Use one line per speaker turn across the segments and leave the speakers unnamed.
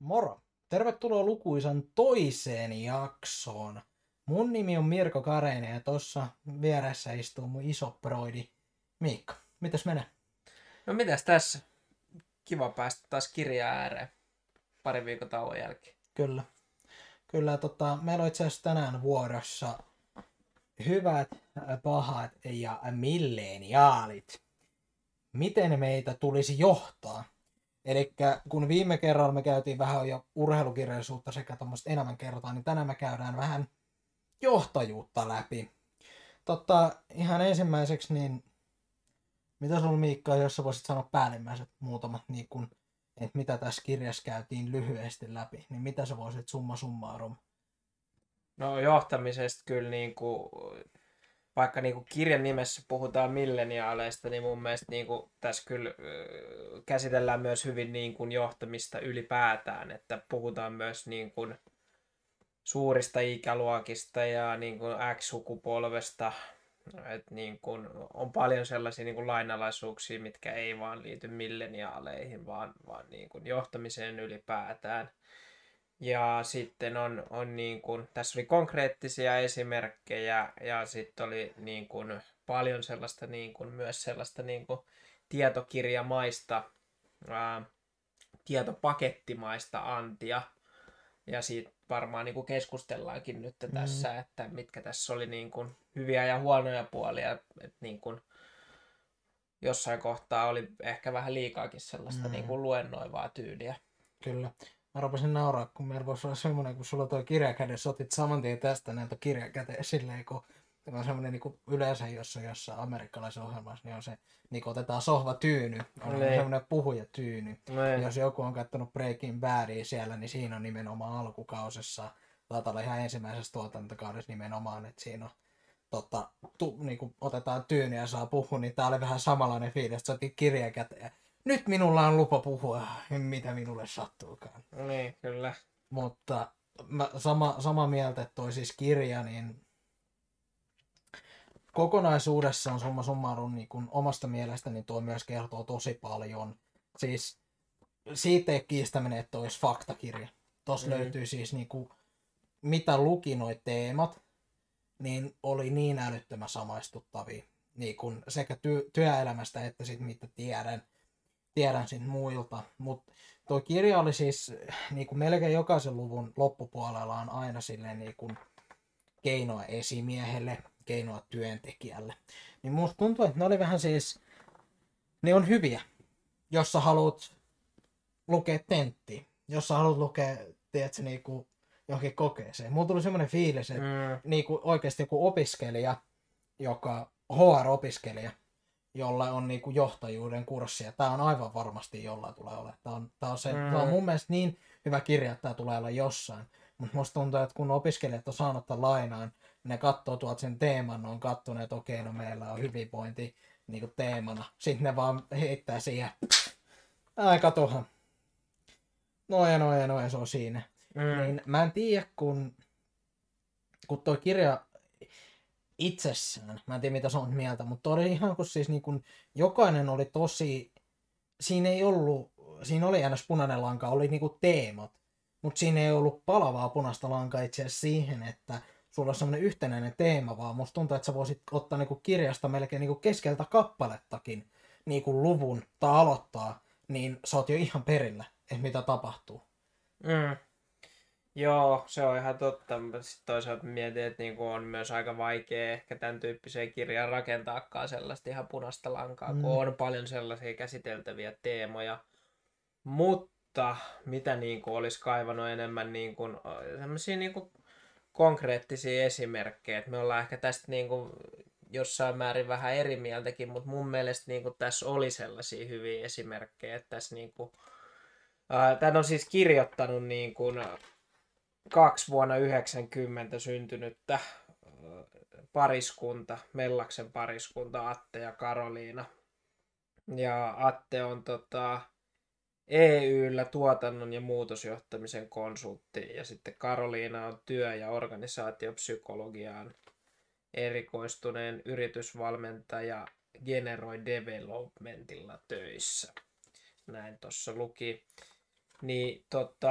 Moro! Tervetuloa lukuisan toiseen jaksoon. Mun nimi on Mirko Kareinen ja tossa vieressä istuu mun iso broidi Miikka. Mitäs menee?
No mitäs tässä? Kiva päästä taas kirjan ääreen parin viikon tauon jälkeen.
Kyllä. Kyllä, meillä on itse asiassa tänään vuorossa hyvät, pahat ja milleniaalit. Miten meitä tulisi johtaa? Eli kun viime kerralla me käytiin vähän jo urheilukirjallisuutta sekä tuommoista elämänkertaa, niin tänään me käydään vähän johtajuutta läpi. Ihan ensimmäiseksi, niin mitä sulla Miikka, jos sä voisit sanoa päällimmäiset muutamat, niin kun, että mitä tässä kirjassa käytiin lyhyesti läpi, niin mitä sä voisit summa summarum?
No johtamisesta kyllä vaikka kirjan nimessä puhutaan milleniaaleista, niin mun mielestä tässä kyllä käsitellään myös hyvin johtamista ylipäätään, että puhutaan myös suurista ikäluokista ja X-sukupolvesta. että on paljon sellaisia lainalaisuuksia, mitkä ei vaan liity milleniaaleihin, vaan johtamiseen ylipäätään. Ja sitten tässä oli konkreettisia esimerkkejä ja sitten oli paljon sellaista myös sellaista tietokirjamaista, tietopakettimaista antia. Ja siitä varmaan keskustellaankin nyt tässä, että mitkä tässä oli hyviä ja huonoja puolia. Että jossain kohtaa oli ehkä vähän liikaakin sellaista luennoivaa tyyliä.
Kyllä. Mä rupesin nauraa, kun meillä voisi olla semmoinen, kun sulla toi kirja kädessä, otit saman tien tästä näiltä kirja käteen silleen, kun on semmoinen niin yleensä jossain amerikkalaisessa ohjelmassa, niin on se, niin otetaan sohvatyyny, on semmoinen puhujatyyny. Jos joku on katsonut Breaking Badia siellä, niin siinä on nimenomaan alkukausessa, taitaa olla ihan ensimmäisessä tuotantokaudessa nimenomaan, että siinä on niin kuin otetaan tyyny ja saa puhua, niin tää oli vähän samanlainen fiilis, että sä otit kirja käteen. Nyt minulla on lupa puhua, mitä minulle sattuukaan.
Niin, kyllä.
Mutta sama mieltä, että toi siis kirja, niin kokonaisuudessaan summa summarum niin kun omasta mielestäni tuo myös kertoo tosi paljon. Siis siitä ei kiistäminen, että olisi faktakirja. Tuossa löytyy siis niin kuin, mitä luki noi teemat, niin oli niin älyttömän samaistuttavia. Niin kun sekä työelämästä että sit mitä tiedän sit muilta. Mutta tuo kirja oli siis niin kuin melkein jokaisen luvun loppupuolella on aina silleen niin kuin keinoa esimiehelle, keinoa työntekijälle. Niin musta tuntuu, että ne oli vähän siis, ne on hyviä, jos sä haluat lukea tenttiä, jos sä haluat lukea, tiedätkö, niinku johonkin kokeeseen. Mulla tuli semmoinen fiilis, että niinku oikeasti joku opiskelija, joka HR-opiskelija, jolla on niinku johtajuuden kurssi, ja tää on aivan varmasti jollain tulee olemaan. Tää on mun mielestä niin hyvä kirja, että tää tulee olla jossain. Mutta musta tuntuu, että kun opiskelijat on saanut tämän lainaan, ne katsoo tuolta sen teeman, ne on kattoneet, että okei, no meillä on hyvinvointi niinku teemana. Sitten ne vaan heittää siihen, ai katohan. No ja se on siinä. Niin mä en tiedä, kun toi kirja itsessään, mä en tiedä mitä sä oot mieltä, mutta oli ihan kun siis niin kun jokainen oli tosi, siinä oli ns. Punainen lanka, oli niinku teemat, mutta siinä ei ollut palavaa punaista lankaa itse asiassa siihen, että sulla on semmoinen yhtenäinen teema, vaan musta tuntuu, että sä voisit ottaa niinku kirjasta melkein niinku keskeltä kappalettakin niinku luvun tai aloittaa, niin sä oot jo ihan perillä, että mitä tapahtuu.
Joo, se on ihan totta, mutta sitten toisaalta mietin, että on myös aika vaikea ehkä tämän tyyppiseen kirjaan rakentaakaan sellaista ihan punaista lankaa, kun on paljon sellaisia käsiteltäviä teemoja. Mutta mitä olisi kaivannut enemmän sellaisia konkreettisia esimerkkejä, että me ollaan ehkä tästä jossain määrin vähän eri mieltäkin, mutta mun mielestä tässä oli sellaisia hyviä esimerkkejä, että tässä tämän on siis kirjoittanut 2 vuonna 90 syntynyttä pariskunta, Mellaksen pariskunta, Atte ja Karoliina. Ja Atte on EY:llä tuotannon ja muutosjohtamisen konsultti ja sitten Karoliina on työ- ja organisaatiopsykologiaan erikoistuneen yritysvalmentaja Generoi Developmentilla töissä. Näin tuossa luki. niin,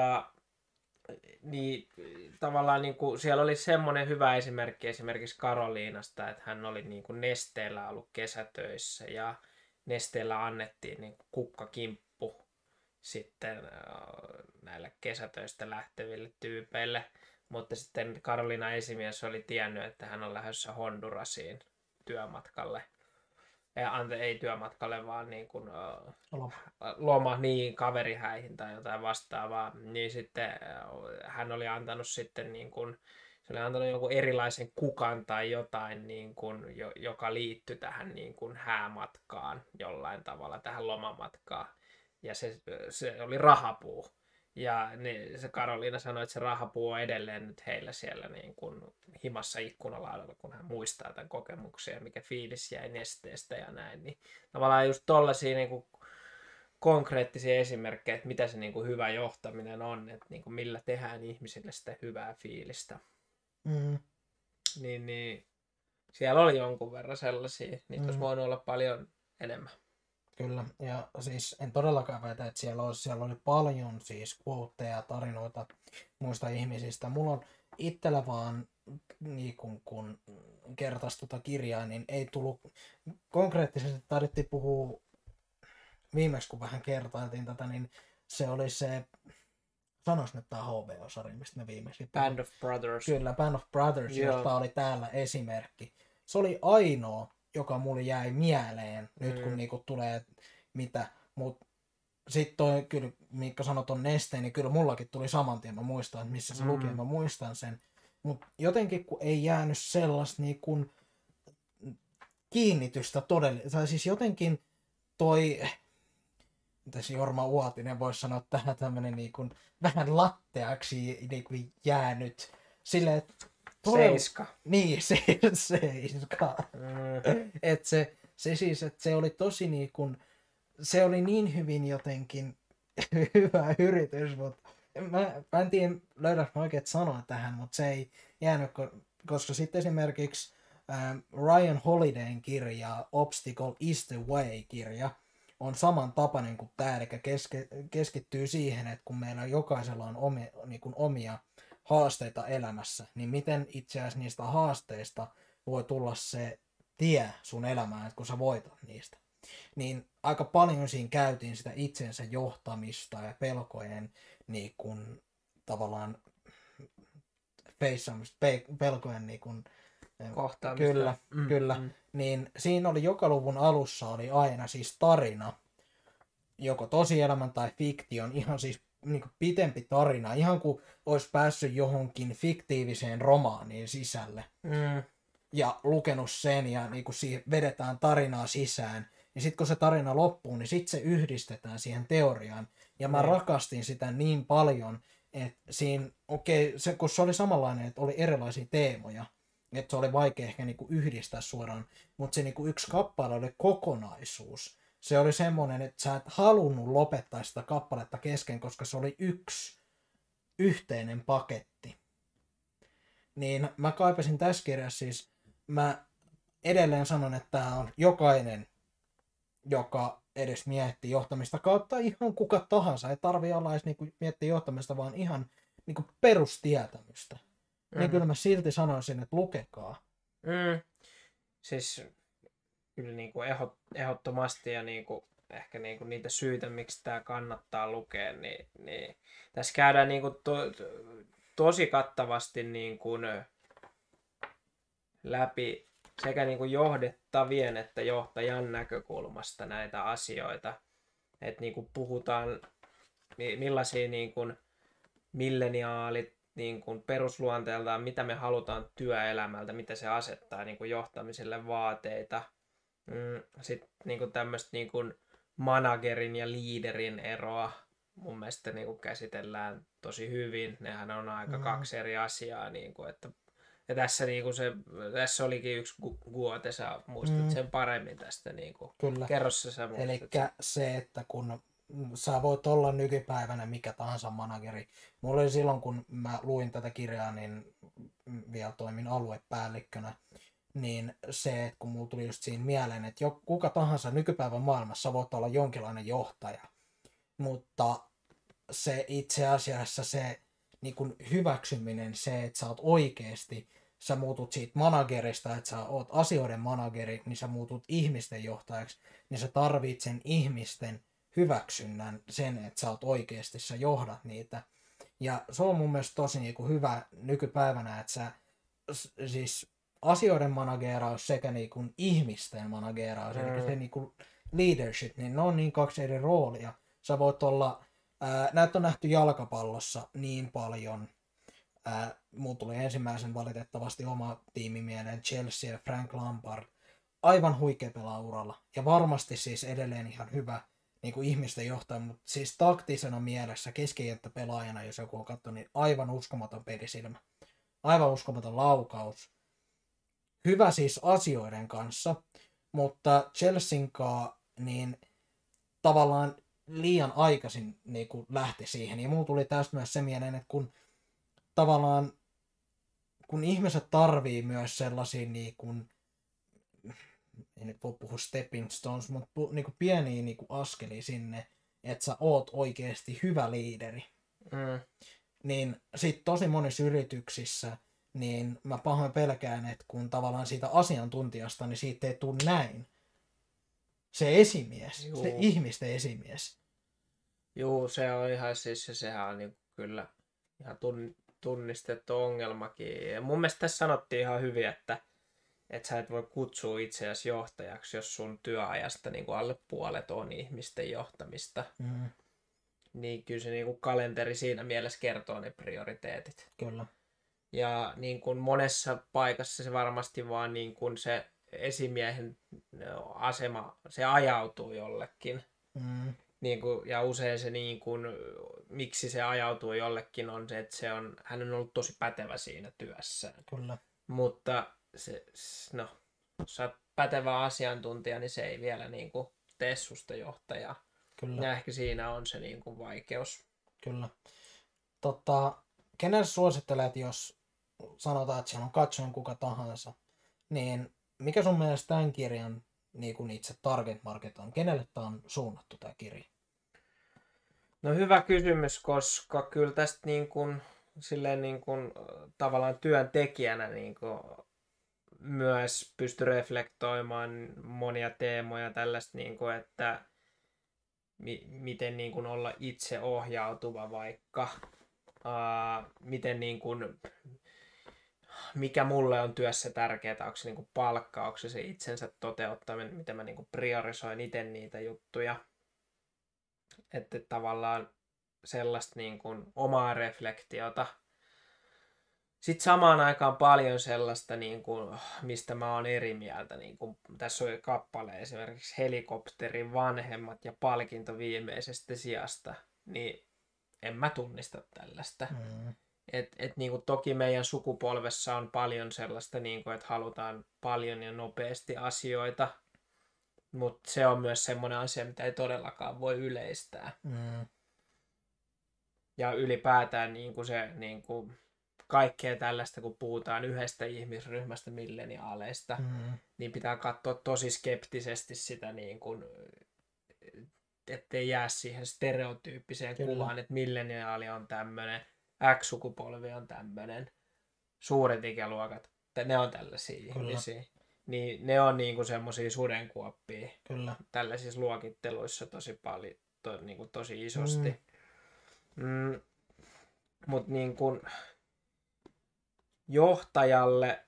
niin tavallaan niin kuin, siellä oli semmoinen hyvä esimerkki esimerkiksi Karoliinasta, että hän oli niin kuin Nesteellä ollut kesätöissä ja Nesteellä annettiin niin kuin kukkakimppu sitten näille kesätöistä lähteville tyypeille, mutta sitten Karoliina esimies oli tiennyt, että hän on lähdössä Hondurasiin työmatkalle. Ei työmatkalle, vaan niin kuin, loma niin kaverihäihin tai jotain vastaavaa, niin sitten hän oli antanut sitten niin kuin, se oli antanut jonkun erilaisen kukan tai jotain, niin kuin, joka liittyi tähän niin kuin häämatkaan jollain tavalla, tähän lomamatkaan. Ja se oli rahapuu. Ja se Karoliina sanoi, että se rahapuu on edelleen nyt heillä siellä niin kuin himassa ikkunalaudalla, kun hän muistaa tämän kokemuksen ja mikä fiilis jäi Nesteestä ja näin. Niin tavallaan just tollaisia niin kuin konkreettisia esimerkkejä, että mitä se niin kuin hyvä johtaminen on, että niin kuin millä tehdään ihmisille sitä hyvää fiilistä. Niin, siellä oli jonkun verran sellaisia. Niitä olisi voinut olla paljon enemmän.
Kyllä, ja siis en todellakaan väitä, että siellä oli paljon siis quoteja ja tarinoita muista ihmisistä. Mulla on itsellä vaan, niin kun kertas tuota kirjaa, niin ei tullut konkreettisesti, tarvittiin puhua viimeksi, kun vähän kertailtiin tätä, niin se oli se, sanois nyt tää HBO-sarja, mistä me viimeksi
Band of Brothers.
Kyllä, Band of Brothers, josta oli täällä esimerkki. Se oli ainoa, joka mulle jäi mieleen, nyt kun niinku tulee mitä, mut sit toi, kyllä Miikka sanoi ton Nesteen, niin kyllä mullakin tuli saman tien, mä muistan, että missä se luki, mä muistan sen. Mut jotenkin kun ei jäänyt sellaista niinku kiinnitystä tai siis jotenkin toi, mitäs Jorma Uotinen voisi sanoa tähän tämmönen niinku vähän latteaksi niinku jäänyt, silleen, että
Seiska.
Niin, seiska. Et se siis, että se oli tosi niin kuin, se oli niin hyvin jotenkin hyvä yritys, mutta mä en tiedä löydätkö oikein sanoa tähän, mutta se ei jäänyt, koska sitten esimerkiksi Ryan Holidayn kirja Obstacle is the Way-kirja on samantapainen kuin tämä, eli keskittyy siihen, että kun meillä jokaisella on omia haasteita elämässä, niin miten itse asiassa niistä haasteista voi tulla se tie sun elämään, että kun sä voitat niistä. Niin aika paljon siinä käytiin sitä itsensä johtamista ja pelkojen niin kuin, tavallaan pelkojen niin kuin,
kohtaamista.
Kyllä. Niin siinä oli joka luvun alussa oli aina siis tarina, joko tosielämän tai fiktion, ihan siis niin kuin pitempi tarina, ihan kuin olisi päässyt johonkin fiktiiviseen romaaniin sisälle. Ja lukenut sen ja niin kuin siihen vedetään tarinaa sisään. Ja sitten kun se tarina loppuu, niin sitten se yhdistetään siihen teoriaan. Ja mä rakastin sitä niin paljon, että siinä, kun se oli samanlainen, että oli erilaisia teemoja, että se oli vaikea ehkä niin kuin yhdistää suoraan, mutta se niin kuin yksi kappale oli kokonaisuus. Se oli semmoinen, että sä et halunnut lopettaa sitä kappaletta kesken, koska se oli yksi yhteinen paketti. Niin mä kaipasin tässä kirjassa siis, mä edelleen sanon, että tää on jokainen, joka edes miettii johtamista kautta ihan kuka tahansa. Ei tarvii olla edes niinku miettiä johtamista, vaan ihan niinku perustietämystä. Niin kyllä mä silti sanoisin, että lukekaa.
Siis kyllä niinku ehdottomasti ja niinku, ehkä niinku niitä syitä, miksi tämä kannattaa lukea, niin tässä käydään niinku tosi kattavasti niinku läpi sekä niinku johdettavien että johtajan näkökulmasta näitä asioita. Että niinku puhutaan millaisia niinku milleniaalit niinku perusluonteeltaan, mitä me halutaan työelämältä, mitä se asettaa niinku johtamiselle vaateita. Sitten niinku tämmöistä niinku managerin ja liiderin eroa mun mielestä niinku käsitellään tosi hyvin. Nehän on aika kaksi eri asiaa. Niinku, että, ja tässä, niinku tässä olikin yksi Guote, sä muistat sen paremmin tästä. Niinku.
Kyllä.
Kerro sä muistat.
Elikkä se, että kun sä voit olla nykypäivänä mikä tahansa manageri. Mulla oli silloin, kun mä luin tätä kirjaa, niin vielä toimin aluepäällikkönä. Niin se, että kun mulla tuli just siinä mieleen, että kuka tahansa nykypäivän maailmassa voit olla jonkinlainen johtaja. Mutta se itse asiassa se niin kuin hyväksyminen, se, että sä oot oikeesti, sä muutut siitä managerista, että sä oot asioiden manageri, niin sä muutut ihmisten johtajaksi, niin sä tarvit sen ihmisten hyväksynnän, sen, että sä oot oikeesti, sä johdat niitä. Ja se on mun mielestä tosi niin kuin hyvä nykypäivänä, että sä siis asioiden manageraus sekä niin kuin ihmisten manageraus, eli se niin kuin leadership, niin ne on niin kaksi eri roolia. Sä voit olla, näitä on nähty jalkapallossa niin paljon, mun tuli ensimmäisen valitettavasti oma tiimi mieleen, Chelsea ja Frank Lampard, aivan huikea pelaa uralla, ja varmasti siis edelleen ihan hyvä niin kuin ihmisten johtaja, mutta siis taktisena mielessä keskikenttäpelaajana, jos joku on katsonut, niin aivan uskomaton pelisilmä, aivan uskomaton laukaus, hyvä siis asioiden kanssa, mutta Chelseankaan niin tavallaan liian aikaisin niin kuin lähti siihen. Ja mulla tuli tästä myös se mieleen, että kun tavallaan kun ihmiset tarvii myös sellaisia niin kuin, en nyt voi puhua stepping stones, mutta niin kuin pieniä niin kuin askelia sinne, että sä oot oikeasti hyvä liideri. Niin sit tosi monissa yrityksissä niin mä pahoin pelkään, että kun tavallaan siitä asiantuntijasta, niin siitä ei tule näin. Se esimies, se ihmisten esimies.
Juu, se on ihan siis, sehän on niin kyllä ihan tunnistettu ongelmakin. Ja mun mielestä tässä sanottiin ihan hyvin, että sä et voi kutsua itseäsi johtajaksi, jos sun työajasta niin kuin alle puolet on ihmisten johtamista. Niin kyllä se niin kuin kalenteri siinä mielessä kertoo ne prioriteetit.
Kyllä. Ja
niin kuin monessa paikassa se varmasti vaan niin kuin se esimiehen asema, se ajautuu jollekin. Niin kuin, ja usein se niin kuin, miksi se ajautuu jollekin on se, että hän on ollut tosi pätevä siinä työssään.
Kyllä.
Mutta jos sä oot pätevä asiantuntija, niin se ei vielä niin kuin tee susta johtajaa. Kyllä. Ja ehkä siinä on se niin kuin vaikeus.
Kyllä. Kenelle suosittelet, jos sanotaan, että siellä on katsojan kuka tahansa, niin mikä sun mielestä tämän kirjan niin kuin itse target market on? Kenelle tämä on suunnattu tämä kirja?
No hyvä kysymys, koska kyllä tästä niin kuin, silleen niin kuin, tavallaan työntekijänä niin kuin, myös pysty reflektoimaan monia teemoja tällaista, niin kuin, että miten niin kuin, olla itse ohjautuva vaikka, miten niin kuin, mikä mulle on työssä tärkeää, onko se niin kuin palkka, onko se itsensä toteuttaminen, miten mä niin kuin priorisoin itse niitä juttuja. Että tavallaan sellaista niin kuin omaa reflektiota. Sitten samaan aikaan paljon sellaista, niin kuin, mistä mä oon eri mieltä. Niin kuin, tässä on kappale esimerkiksi Helikopterin vanhemmat ja palkinto viimeisestä sijasta. Niin en mä tunnista tällaista. Niin kuin, toki meidän sukupolvessa on paljon sellaista, niin kuin, että halutaan paljon ja nopeasti asioita. Mutta se on myös semmoinen asia, mitä ei todellakaan voi yleistää. Ja ylipäätään niin kuin se niin kuin kaikkea tällaista, kun puhutaan yhdestä ihmisryhmästä, milleniaaleista, niin pitää katsoa tosi skeptisesti sitä, niin kuin, ettei jää siihen stereotyyppiseen kuvaan, että milleniaali on tämmöinen, X-sukupolvi on tämmöinen, suuret ikäluokat, ne on tällaisia ihmisiä. Niin ne on niinku semmosia sudenkuoppia. Kyllä. Tällaisissa luokitteluissa tosi paljon, niinku tosi isosti. Mut niinku johtajalle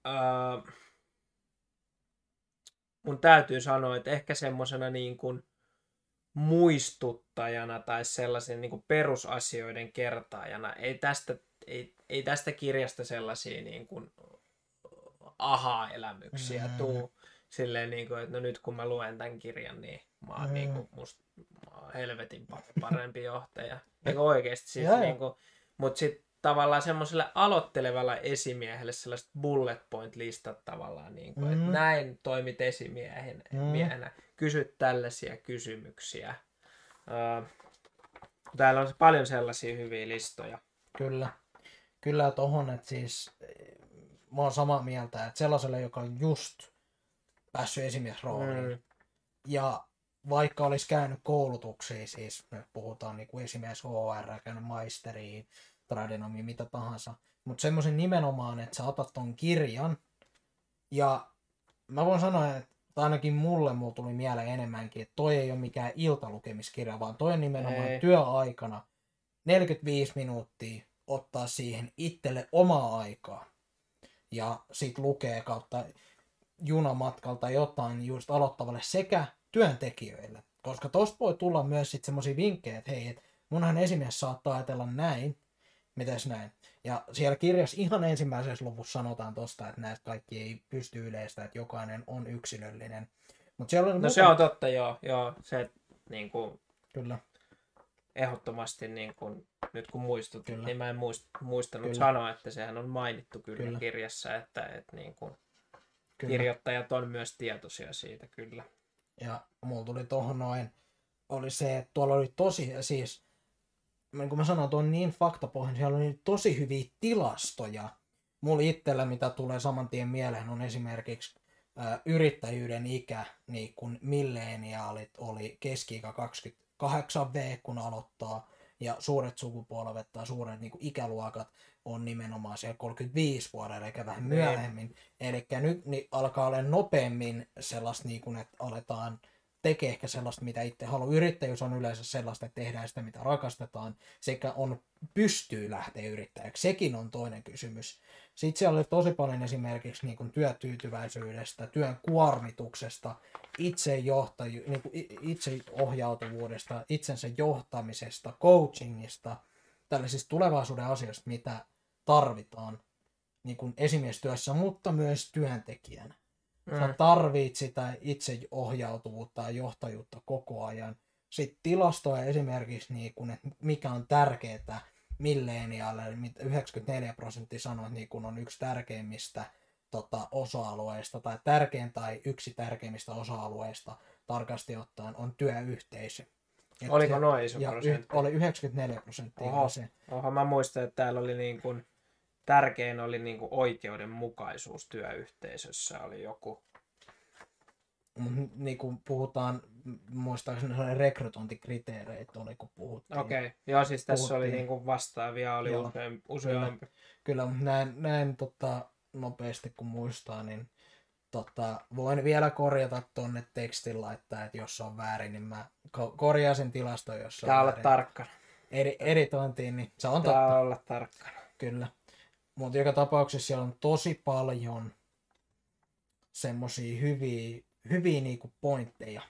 mun täytyy sanoa, että ehkä semmosena niinku muistuttajana tai sellaisen niinku perusasioiden kertaajana ei tästä kirjasta sellaisia niinku aha-elämyksiä tuu. Silleen niin kuin, että no nyt kun mä luen tämän kirjan, niin mä oon niin kuin mä oon helvetin parempi johtaja. Niin oikeesti siis niin kuin, mut sit tavallaan semmoiselle aloittelevalle esimiehelle sellaiset bullet point listat tavallaan niin kuin, että näin toimit esimiehenä. Kysyt tällaisia kysymyksiä. Täällä on paljon sellaisia hyviä listoja.
Kyllä tohon, että siis mä oon samaa mieltä, että sellaiselle, joka on just päässyt esimiesrooliin ja vaikka olisi käynyt koulutuksia, siis nyt puhutaan niin kuin esimies HR, käynyt maisteriin, tradenomiin, mitä tahansa, mutta semmoisen nimenomaan, että sä otat ton kirjan, ja mä voin sanoa, että ainakin mulla tuli mieleen enemmänkin, että toi ei ole mikään iltalukemiskirja, vaan toi on nimenomaan työaikana 45 minuuttia ottaa siihen itselle omaa aikaa. Ja sit lukee kautta junamatkalta jotain just aloittavalle sekä työntekijöille. Koska tosta voi tulla myös sit semmosia vinkkejä, että hei, et munhan esimies saattaa ajatella näin, mitäs näin. Ja siellä kirjassa ihan ensimmäisessä luvussa sanotaan tosta, että näistä kaikki ei pysty yleistä, että jokainen on yksilöllinen. Mut siellä on
se on totta, joo. Se niinku...
Kyllä.
Ehdottomasti, niin kun, nyt kun muistut,
kyllä.
niin mä en muistanut sanoa, että sehän on mainittu kyllä. Kirjassa, että niin kun kirjoittajat on myös tietoisia siitä, kyllä.
Ja mulla tuli tohon noin, oli se, että tuolla oli tosi, siis, niin kuin mä sanoin, tuo on niin faktapohjainen, siellä oli tosi hyviä tilastoja. Mulla itsellä, mitä tulee saman tien mieleen, on esimerkiksi yrittäjyyden ikä, niin kun milleniaalit oli keski-ikä 28V, kun aloittaa, ja suuret sukupolvet tai suuret niin kuin ikäluokat on nimenomaan siellä 35 vuodella, eikä vähän myöhemmin. Eli nyt niin alkaa olla nopeammin sellaista, niin kuin, että aletaan tekee ehkä sellaista, mitä itse haluaa. Yrittäjyys on yleensä sellaista, että tehdään sitä, mitä rakastetaan, sekä pystyy lähteä yrittäjäksi. Sekin on toinen kysymys. Sitten siellä oli tosi paljon esimerkiksi niin kuin työtyytyväisyydestä, työn kuormituksesta, itseohjautuvuudesta, itsensä johtamisesta, coachingista, tällaisista tulevaisuuden asioista, mitä tarvitaan niin kuin esimiestyössä, mutta myös työntekijänä. Sä tarvit sitä itseohjautuvuutta ja johtajuutta koko ajan. Sitten tilastoja esimerkiksi, niin kun, että mikä on tärkeää millenialle, 94% sanoo, että niin kun on yksi tärkeimmistä osa-alueista, tai tärkein tai yksi tärkeimmistä osa-alueista tarkasti ottaen on työyhteisö.
Oliko noin iso prosentti?
Oli 94%.
Oho, mä muistan, että täällä oli niin kuin tärkein oli niin kuin oikeudenmukaisuus työyhteisössä, oli joku.
Niin kuin puhutaan, muistaakseni sellainen rekrytointikriteereitä oli, kun puhuttiin.
Okei, joo, siis tässä oli niin kuin vastaavia, oli useampi.
Kyllä, mutta näin nopeasti kun muistaa, niin voin vielä korjata tuonne tekstin laittaa, että jos on väärin, niin mä korjaan sen tilaston, jos on
väärin.
Olla
tarkkana.
Editointiin, niin se on totta.
Tää olla tarkkana.
Kyllä. Mutta joka tapauksessa siellä on tosi paljon semmosia hyviä niinku pointteja.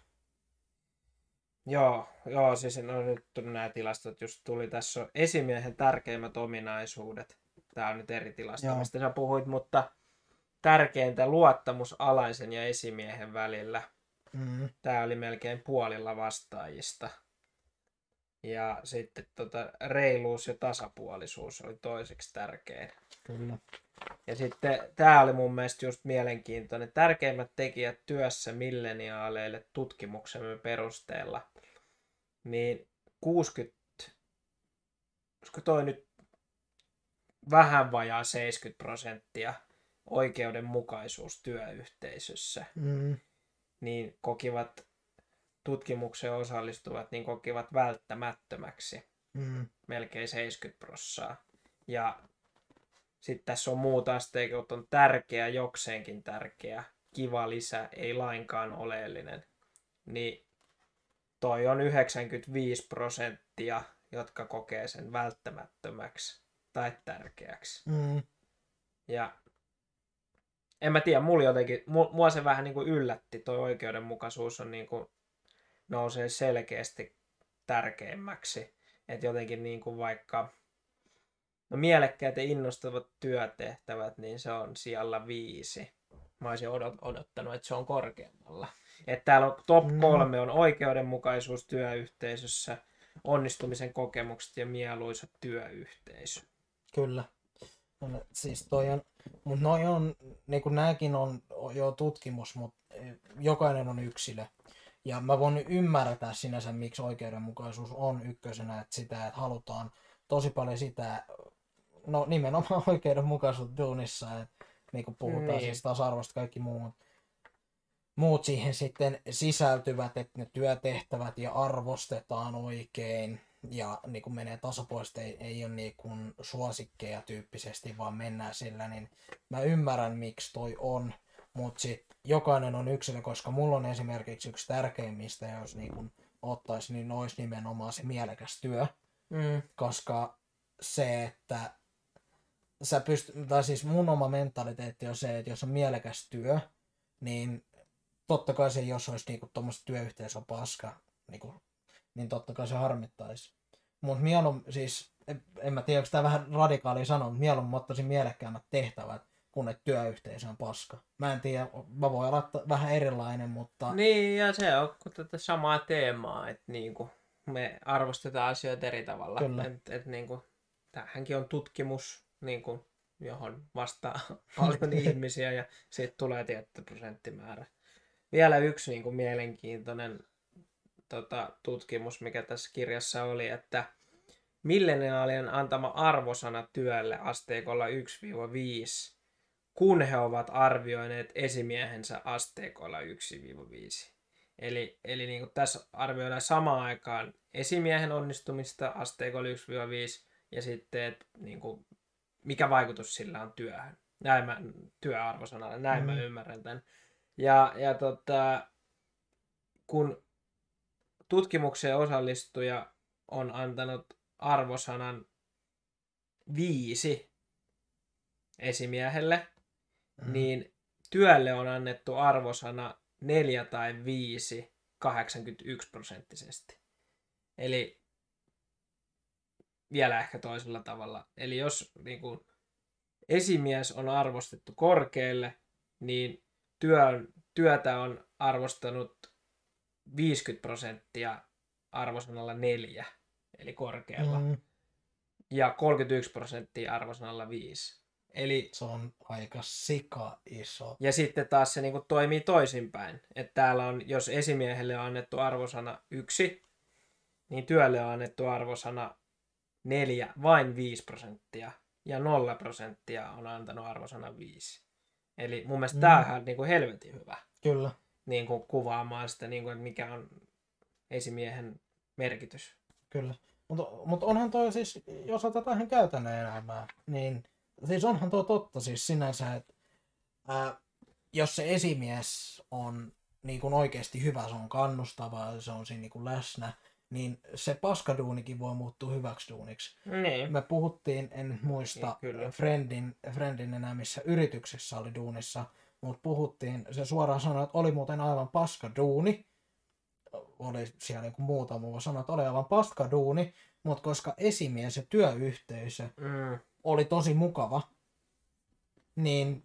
Joo, siis no nyt nämä tilastot just tuli. Tässä on esimiehen tärkeimmät ominaisuudet. Tää on nyt eri tilasto, mistä sä puhuit, mutta tärkeintä luottamus alaisen ja esimiehen välillä. Tää oli melkein puolilla vastaajista. Ja sitten reiluus ja tasapuolisuus oli toiseksi tärkein.
Kyllä.
Ja sitten tämä oli mun mielestä just mielenkiintoinen. Tärkeimmät tekijät työssä milleniaaleille tutkimuksemme perusteella. Niin 60, koska toi nyt vähän vajaa 70% oikeudenmukaisuus työyhteisössä, niin kokivat tutkimukseen osallistuvat, niin kokivat välttämättömäksi melkein 70%. Ja sitten tässä on muut asteikot, on tärkeä, jokseenkin tärkeä, kiva lisä, ei lainkaan oleellinen. Niin toi on 95%, jotka kokee sen välttämättömäksi tai tärkeäksi. Ja en mä tiedä, mua se vähän niin kuin yllätti, toi oikeudenmukaisuus on niin kuin nousee selkeästi tärkeimmäksi. Että jotenkin niin kuin vaikka mielekkäät ja innostavat työtehtävät, niin se on sijalla 5. Mä olisin odottanut, että se on korkeammalla. Että täällä on top 3 on oikeudenmukaisuus työyhteisössä, onnistumisen kokemukset ja mieluisa työyhteisö.
Kyllä. No, siis toi on, mutta noi on, niin kuin nääkin on jo tutkimus, mutta jokainen on yksilö. Ja mä voin ymmärtää sinänsä, miksi oikeudenmukaisuus on ykkösenä, että sitä, että halutaan tosi paljon sitä, no nimenomaan oikeudenmukaisuutta duunissa, että niin kuin puhutaan siis tasa-arvosta kaikki muu. muut siihen sitten sisältyvät, että ne työtehtävät ja arvostetaan oikein ja niin kuin menee tasapuolisesti, ei ole niin kuin suosikkeja tyyppisesti, vaan mennään sillä, niin mä ymmärrän miksi toi on, mutta sitten jokainen on yksilö, koska mulla on esimerkiksi yksi tärkeimmistä, jos niin kuin ottaisi, niin olisi nimenomaan se mielekäs työ, koska se, että tai siis mun oma mentaliteetti on se, että jos on mielekäs työ, niin totta kai se, jos olisi niinku tuommoista työyhteisön paska, niin totta kai se harmittaisi. Mutta siis, en mä tiedä, onko tämä vähän radikaali sanoa, mutta mieluummin ottaisin mielekkäämmät tehtävät, kun että työyhteisö on paska. Mä en tiedä, mä voin olla vähän erilainen, mutta...
Niin, ja se on tätä samaa teemaa, että niinku me arvostetaan asioita eri tavalla.
Kyllä.
Niinku, tämähänkin on tutkimus, niinku, johon vastaa paljon ihmisiä ja siitä tulee tietty prosenttimäärä. Vielä yksi niin kuin mielenkiintoinen tutkimus, mikä tässä kirjassa oli, että milleniaalien antama arvosana työlle asteikolla 1-5, kun he ovat arvioineet esimiehensä asteikolla 1-5. Eli niin kuin tässä arvioidaan samaan aikaan esimiehen onnistumista asteikolla 1-5 ja sitten, että niin kuin, mikä vaikutus sillä on työhön. Työarvosanalla, näin mä ymmärrän tämän. Ja kun tutkimuksen osallistuja on antanut arvosanan 5 esimiehelle, niin työlle on annettu arvosana 4 tai 5 81%. Eli vielä ehkä toisella tavalla. Eli jos niin kuin, esimies on arvostettu korkealle, niin työtä on arvostanut 50% arvosanalla 4, eli korkealla, ja 31% arvosanalla 5. Eli
se on aika sika iso.
Ja sitten taas se niinku toimii toisinpäin. Että täällä on, jos esimiehelle on annettu arvosana 1, niin työlle on annettu arvosana 4, vain 5%, ja 0% on antanut arvosana 5. Eli mun mielestä tämähän on niinku helvetin hyvä.
Kyllä.
Niinku kuvaamaan sitä, niinku, että mikä on esimiehen merkitys.
Kyllä. Mutta onhan toi siis, jos otetaan ihan käytännön elämää, niin siis onhan tuo totta siis sinänsä, että jos se esimies on niin kuin oikeasti hyvä, se on kannustava, se on siinä niin kuin läsnä, niin se paskaduunikin voi muuttua hyväksi duuniksi.
Niin.
Me puhuttiin, en nyt muista Friendin enää missä yrityksessä oli duunissa, mutta puhuttiin, se suoraan sanoi, että oli muuten aivan paskaduuni, oli siellä joku muutama muu sanoi, että oli aivan paskaduuni, mutta koska esimies ja työyhteisö oli tosi mukava, niin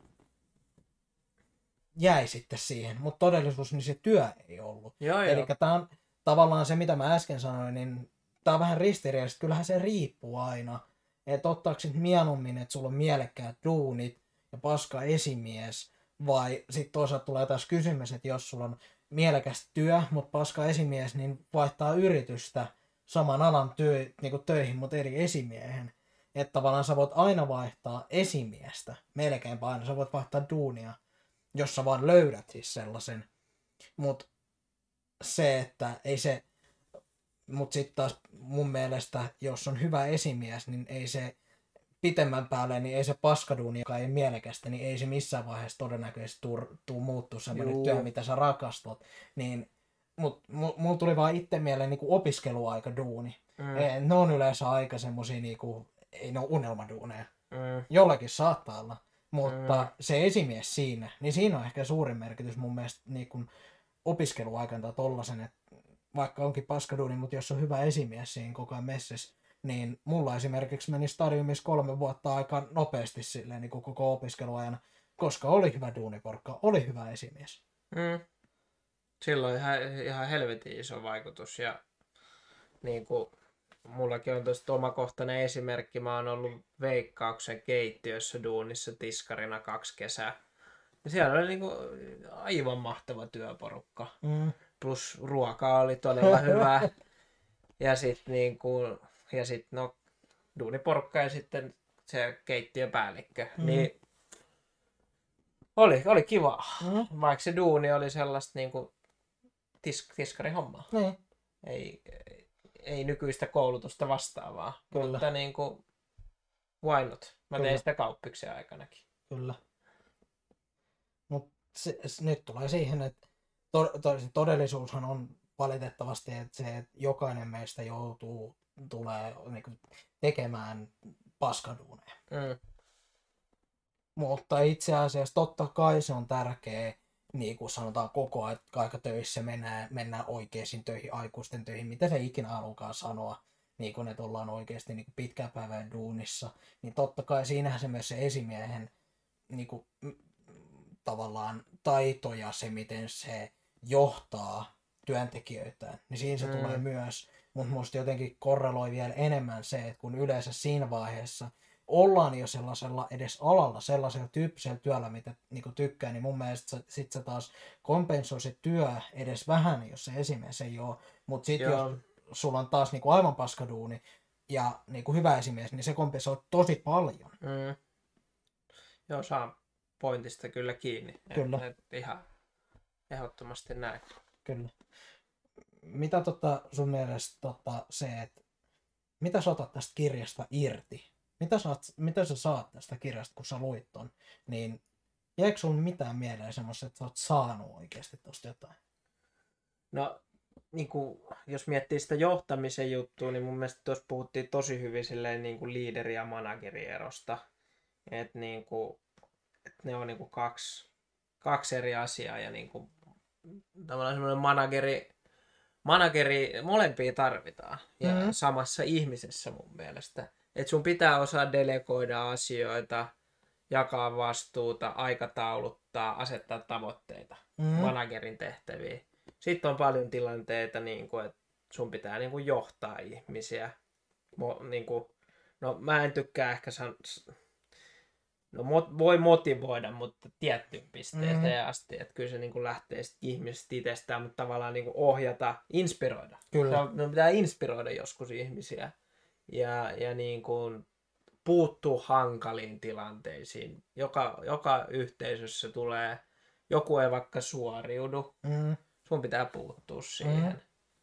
jäi sitten siihen, mutta todellisuus niin se työ ei ollut. Eli tämä on tavallaan se, mitä mä äsken sanoin, niin tämä on vähän ristiriidasta. Kyllähän se riippuu aina, että ottaako sit mieluummin, että sulla on mielekkäät duunit ja paska esimies, vai sitten toisaalta tulee taas kysymys, että jos sulla on mielekäs työ, mutta paska esimies, niin vaihtaa yritystä saman alan niin töihin, mutta eri esimiehen. Että tavallaan sä voit aina vaihtaa esimiestä, melkeinpä aina, sä voit vaihtaa duunia, jos sä vaan löydät siis sellaisen. Mutta se, että ei se, mutta sitten taas mun mielestä, jos on hyvä esimies, niin ei se pitemmän päälle, niin ei se paskaduuni, joka ei mielekästä, niin ei se missään vaiheessa todennäköisesti tuu muuttua semmoinen työ, mitä sä rakastat. Niin, mulla tuli vaan itse mieleen niinku opiskeluaikaduuni. Ne on yleensä aika semmosia, niinku, ei ne ole unelmaduuneja. Jollakin saattaa olla. Mutta se esimies siinä, niin siinä on ehkä suurin merkitys mun mielestä niin opiskeluaikana tai tollasen, että vaikka onkin paskaduuni, mutta jos on hyvä esimies siinä koko ajan messissä, niin mulla esimerkiksi meni stadiumissa 3 vuotta aika nopeasti silleen niin kuin koko opiskeluajana, koska oli hyvä duuniporkka, oli hyvä esimies.
Silloin ihan helvetin iso vaikutus ja niin kuin mullakin on tuosta omakohtainen esimerkki. Mä oon ollut Veikkauksen keittiössä duunissa tiskarina 2 kesää. Ja siellä oli niinku aivan mahtava työporukka. Plus ruoka oli todella hyvä. Ja sitten niinku, no, duuniporukka ja sitten se keittiöpäällikkö. Niin Oli kiva.
Mm.
Vaikka se duuni oli sellaista niinku tiskarihommaa.
Niin,
Ei nykyistä koulutusta vastaavaa.
Kyllä.
Mutta niinku, why not? Mä
Kyllä.
tein sitä kauppiksen aikanakin.
kyllä. Mutta nyt tulee siihen, että todellisuushan on valitettavasti, että se, että jokainen meistä tulee niinku tekemään paskaduuneja. Mutta itse asiassa totta kai se on tärkeä, niin kuin sanotaan koko aika töissä mennään oikeisiin töihin, aikuisten töihin, mitä se ikinä halukaan sanoa, niin kuin että ollaan oikeasti niin kuin pitkän päivän duunissa, niin totta kai siinähän se myös se esimiehen niin kuin, tavallaan taito ja se, miten se johtaa työntekijöitä, niin siinä se tulee myös, mutta musta jotenkin korreloi vielä enemmän se, että kun yleensä siinä vaiheessa ollaan jo sellaisella edes alalla, sellaisella tyyppisellä työllä, mitä niinku tykkää, niin mun mielestä sit se taas kompensoi se työ edes vähän, jos se esimies ei ole. Mutta sitten jos sulla on taas niinku aivan paskaduuni ja niinku hyvä esimies, niin se kompensoi tosi paljon.
Joo, saa pointista kyllä kiinni.
Kyllä.
Et ihan ehdottomasti näin.
Kyllä. Mitä sun mielestä se, että mitä sä otat tästä kirjasta irti? Mitä sä saat tästä kirjasta, kun sä luit ton? Niin jäikö sulla mitään mieleen semmoista, että sä oot saanut oikeasti tosta jotain?
No, niin kuin, jos miettii sitä johtamisen juttua, niin mun mielestä tuossa puhuttiin tosi hyvin silleen niin kuin liideri- ja managerierosta. Että niin kuin, ne on niin kuin kaksi eri asiaa ja niin kuin, tavallaan semmoinen manageri, molempia tarvitaan ja samassa ihmisessä mun mielestä. Että sun pitää osaa delegoida asioita, jakaa vastuuta, aikatauluttaa, asettaa tavoitteita managerin tehtäviin. Sitten on paljon tilanteita, niin kuin, että sun pitää niin kuin, johtaa ihmisiä. No mä en tykkää ehkä voi motivoida, mutta tiettyyn pisteeseen asti. Että kyllä se niin kuin, lähtee ihmisestä itsestään, mutta tavallaan niin kuin, ohjata, inspiroida.
Kyllä.
No, pitää inspiroida joskus ihmisiä. Ja niin kuin puuttuu hankaliin tilanteisiin. Joka yhteisössä tulee, joku ei vaikka suoriudu, sun pitää puuttua siihen.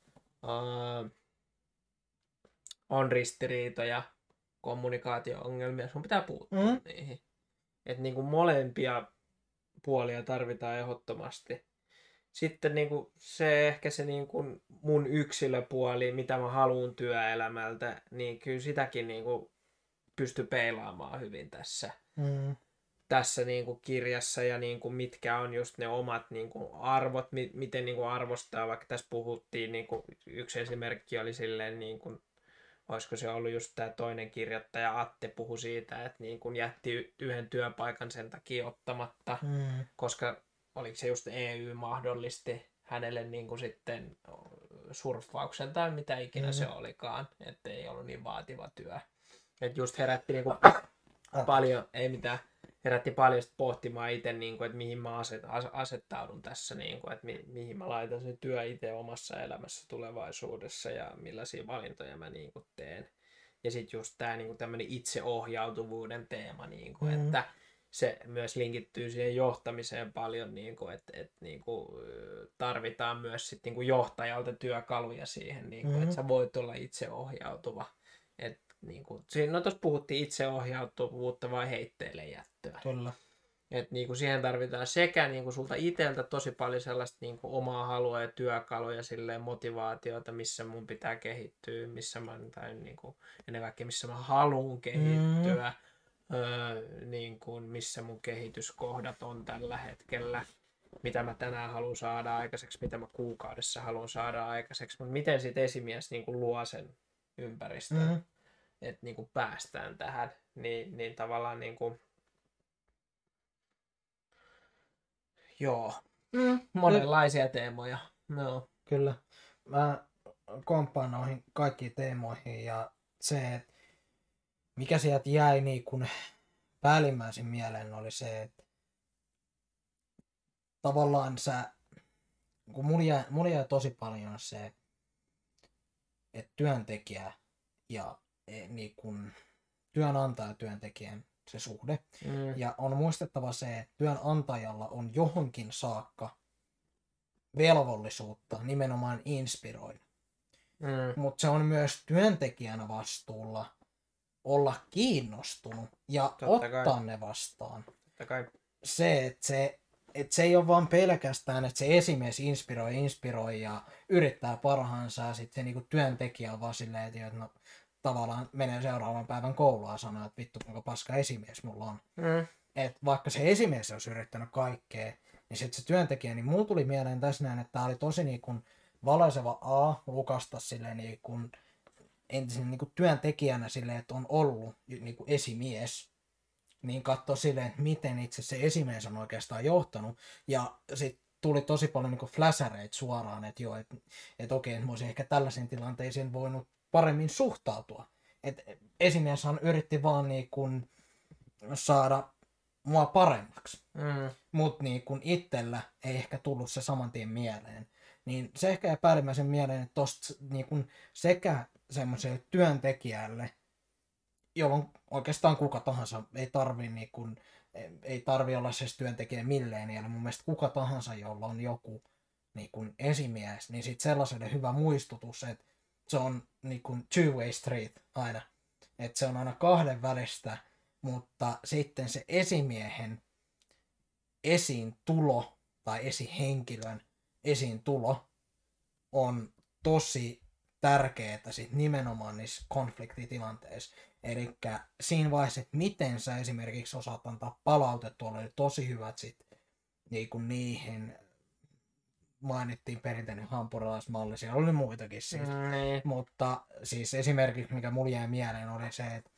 On ristiriitoja, kommunikaatio-ongelmia, sun pitää puuttua niihin. Että niin kuin molempia puolia tarvitaan ehdottomasti. Sitten niin kuin ehkä se niin kuin mun yksilöpuoli, mitä mä haluan työelämältä, niin kyllä sitäkin niin kuin pysty peilaamaan hyvin tässä niin kuin kirjassa ja niin kuin mitkä on just ne omat niin kuin arvot, miten niin kuin arvostaa, vaikka tässä puhuttiin, niin kuin yksi esimerkki oli silleen, niin kuin, olisiko se ollut just tämä toinen kirjoittaja Atte puhui siitä, että niin kuin jätti yhden työpaikan sen takia ottamatta, koska oliko se just EU mahdollisti hänelle niin kuin sitten surffauksen tai mitä ikinä se olikaan, että ei ollut niin vaativa työ. Että just herätti niin kuin paljon, ei mitään, herätti paljon pohtimaan itse, niin kuin, että mihin mä asettaudun tässä, niin kuin, että mihin mä laitan sen työ itse omassa elämässä tulevaisuudessa ja millaisia valintoja mä niin kuin teen. Ja sitten just tämä niin tämmöinen itseohjautuvuuden teema, niin kuin, että se myös linkittyy siihen johtamiseen paljon, niin kuin, että niin kuin, tarvitaan myös sit, niin kuin johtajalta työkaluja siihen, niin kuin, että sä voit olla itseohjautuva. Niin kuin, no tuossa puhuttiin itseohjautuvuutta vai heitteille jättöä.
Kyllä.
Et niin kuin siihen tarvitaan sekä niin kuin sulta itseltä tosi paljon sellaista niin kuin omaa halua ja työkaluja, silleen motivaatiota, missä mun pitää kehittyä, missä mä, tai niin kuin, ennen kaikkea missä mä haluan kehittyä, niin kuin, missä mun kehityskohdat on tällä hetkellä, mitä mä tänään haluan saada aikaiseksi, mitä mä kuukaudessa haluan saada aikaiseksi, mutta miten sit esimies niin kuin luo sen ympäristön, että niin kuin päästään tähän, niin tavallaan niin kuin, joo, monenlaisia teemoja. No.
Kyllä. Mä komppaan noihin kaikkiin teemoihin ja se, että mikä sieltä jäi niin kun päällimmäisin mieleen oli se, että tavallaan kun mulla jäi tosi paljon se, että työntekijä ja niin kun työnantaja ja työntekijän se suhde.
Mm.
Ja on muistettava se, että työnantajalla on johonkin saakka velvollisuutta nimenomaan inspiroida. Mutta se on myös työntekijänä vastuulla olla kiinnostunut ja
Totta
ottaa
kai.
ne vastaan.
Totta kai.
Että se ei ole vaan pelkästään, että se esimies inspiroi ja yrittää parhaansa ja sitten se niinku työntekijä on vaan silleen, että no, tavallaan menee seuraavan päivän koulua ja sanoo, että vittu kuinka paska esimies mulla on. Et vaikka se esimies olisi yrittänyt kaikkea, niin sitten se työntekijä, niin mulla tuli mieleen tässä näin, että tämä oli tosi niin kuin valaiseva Lukasta silleen niin kuin entisen niin kuin työntekijänä silleen, että on ollut niin kuin esimies, niin katsoi silleen, että miten itse se esimies on oikeastaan johtanut, ja sitten tuli tosi paljon niin kuin fläsäreitä suoraan, että joo, että okei, että mä olisin ehkä tällaisiin tilanteisiin voinut paremmin suhtautua. Et esimieshan yritti vaan niin kuin saada mua paremmaksi, mutta niin kun itsellä ei ehkä tullut se saman tien mieleen. Niin se ehkä jää päällimmäisen mieleen, että tosta niin kun sekä semmoiselle työntekijälle, jolloin oikeastaan kuka tahansa ei tarvi olla se työntekijä milleniaali. Mun mielestä kuka tahansa, jolla on joku niin kun esimies, niin sit sellaiselle hyvä muistutus, että se on niin kun two-way street aina. Että se on aina kahden välistä, mutta sitten se esimiehen esiin tulo tai esihenkilön esiin tulo on tosi tärkeää sit nimenomaan niissä konfliktitilanteissa. Eli siinä vaiheessa, että miten sä esimerkiksi osaat antaa palautetta, oli tosi hyvät sit niinku niihin, mainittiin perinteinen hampurilaismalli, siellä oli muitakin siis. Mutta siis esimerkiksi mikä mulle jäi mieleen oli se, että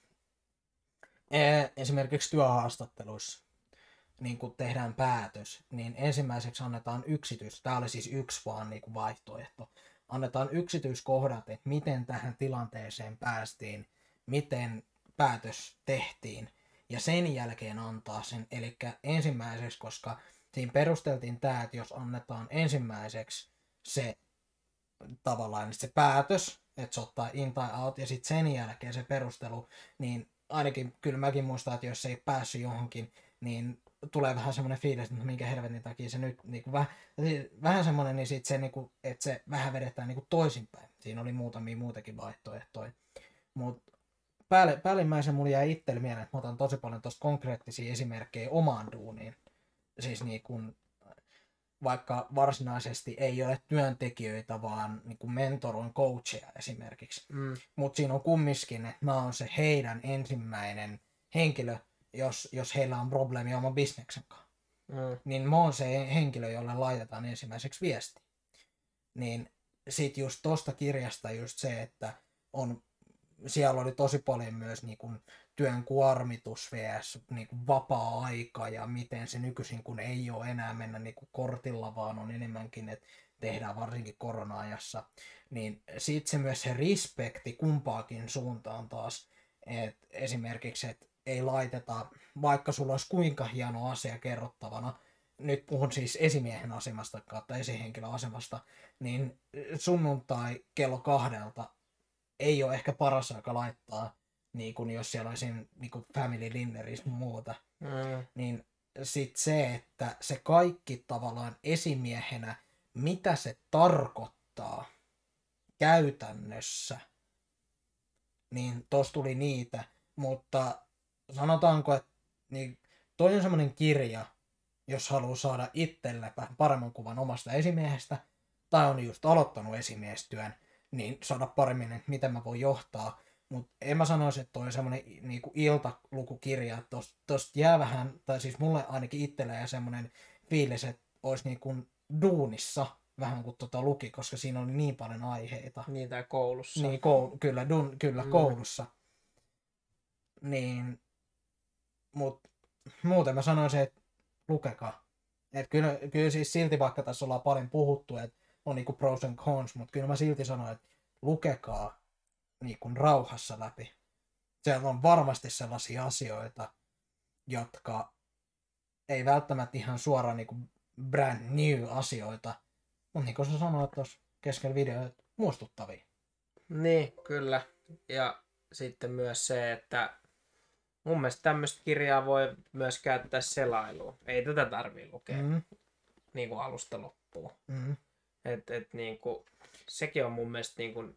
esimerkiksi työhaastatteluissa niin kun tehdään päätös, niin ensimmäiseksi annetaan tämä oli siis yksi vaan niin kuin vaihtoehto, annetaan yksityiskohdat, että miten tähän tilanteeseen päästiin, miten päätös tehtiin, ja sen jälkeen antaa sen, eli ensimmäiseksi, koska siinä perusteltiin tämä, että jos annetaan ensimmäiseksi se tavallaan se päätös, että se ottaa in tai out, ja sitten sen jälkeen se perustelu, niin ainakin kyllä mäkin muistan, että jos ei päässyt johonkin, niin tulee vähän semmoinen fiilis, että minkä helvetin takia se nyt, niin kuin vähän semmoinen, niin sit se, niin kuin, että se vähän vedetään niin kuin toisinpäin. Siinä oli muutamia muitakin vaihtoehtoja. Mutta päällimmäisen mulla jäi itselle mieleen, että mä otan tosi paljon tuosta konkreettisia esimerkkejä omaan duuniin. Siis niin kuin, vaikka varsinaisesti ei ole työntekijöitä, vaan niin kuin mentoroin coacheja esimerkiksi. Mutta siinä on kumminkin, että mä oon se heidän ensimmäinen henkilö, jos heillä on probleemia oman bisneksen kanssa. Niin mä oon se henkilö, jolle laitetaan ensimmäiseksi viesti. Niin sit just tosta kirjasta just se, että siellä oli tosi paljon myös niin kuin työn kuormitus vs. Niin kuin vapaa-aika ja miten se nykyisin, kun ei ole enää mennä niin kuin kortilla, vaan on enemmänkin, että tehdään varsinkin korona-ajassa. Niin sit se myös se respekti kumpaakin suuntaan taas. Et esimerkiksi, että ei laiteta, vaikka sulla olisi kuinka hieno asia kerrottavana, nyt puhun siis esimiehen asemasta kautta esihenkilön asemasta, niin sunnuntai kello 2 ei ole ehkä paras aika laittaa, niin kun jos siellä olisi niin kun family dinnerissä ja muuta. Niin sit se, että se kaikki tavallaan esimiehenä, mitä se tarkoittaa käytännössä, niin tossa tuli niitä, mutta sanotaanko, että niin toi on semmoinen kirja, jos haluaa saada itselle paremman kuvan omasta esimiehestä, tai on just aloittanut esimiestyön, niin saada paremmin, että miten mä voin johtaa. Mutta en mä sanoisi, että toi on semmoinen niinku iltalukukirja, että tosta jää vähän, tai siis mulle ainakin itselle jää semmoinen fiilis, että olisi niinku duunissa vähän kuin luki, koska siinä oli niin paljon aiheita.
Niin, tai koulussa.
Niin, kyllä koulussa. Niin, mutta muuten mä sanoisin, että lukekaa. Et kyllä siis silti, vaikka tässä ollaan paljon puhuttu, että on niinku pros and cons, mutta kyllä mä silti sanon, että lukekaa niinku rauhassa läpi. Siellä on varmasti sellaisia asioita, jotka ei välttämättä ihan suoraan niinku brand new asioita, mutta niin kuin sä sanoit tuossa keskellä videoita, muistuttavia.
Niin, kyllä. Ja sitten myös se, että Mun mielestä tämmöistä kirjaa voi myös käyttää selailuun. Ei tätä tarvii lukea niin kuin alusta loppuun. Et niin kuin, sekin on mun mielestä niin kuin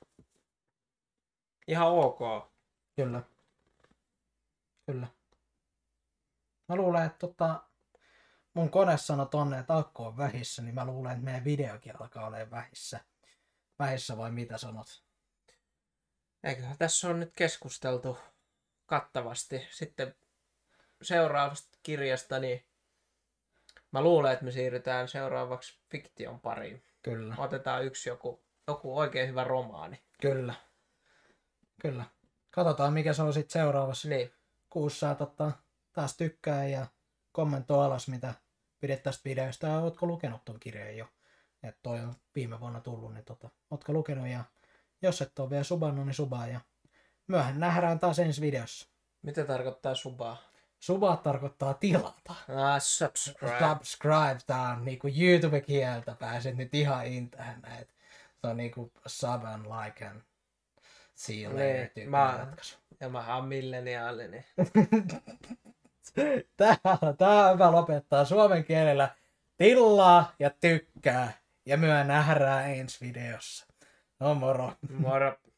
ihan ok.
Kyllä. Kyllä. Mä luulen, että mun kone sanoi tonne, että akku on vähissä, niin mä luulen, että meidän videokin alkaa olemaan vähissä. Vähissä vai mitä sanot?
Eiköhän tässä on nyt keskusteltu kattavasti. Sitten seuraavasta kirjasta, niin mä luulen, että me siirrytään seuraavaksi fiktion pariin.
Kyllä.
Otetaan joku oikein hyvä romaani.
Kyllä. Kyllä. Katsotaan, mikä se on sitten seuraavassa
Niin.
kuussa. Taas tykkää ja kommentoi alas, mitä pidät tästä videosta. Ja ootko lukenut ton kirjan jo? Että toi on viime vuonna tullut, niin ootko lukenut? Ja jos et ole vielä subannut, niin subaa. Ja myöhemmin nähdään taas ensi videossa.
Mitä tarkoittaa subaa?
Subaa tarkoittaa tilata.
Subscribe.
Subscribe, tää on niinku YouTube-kieltä, pääset nyt ihan in tähän näet. Se on niinku sub and like and see you later tyyppinen ratkaisu.
Ja mä oon milleniaali, niin...
Tää on hyvä lopettaa suomen kielellä. Tillaa ja tykkää. Ja myö nähdään ensi videossa. No moro.
Moro.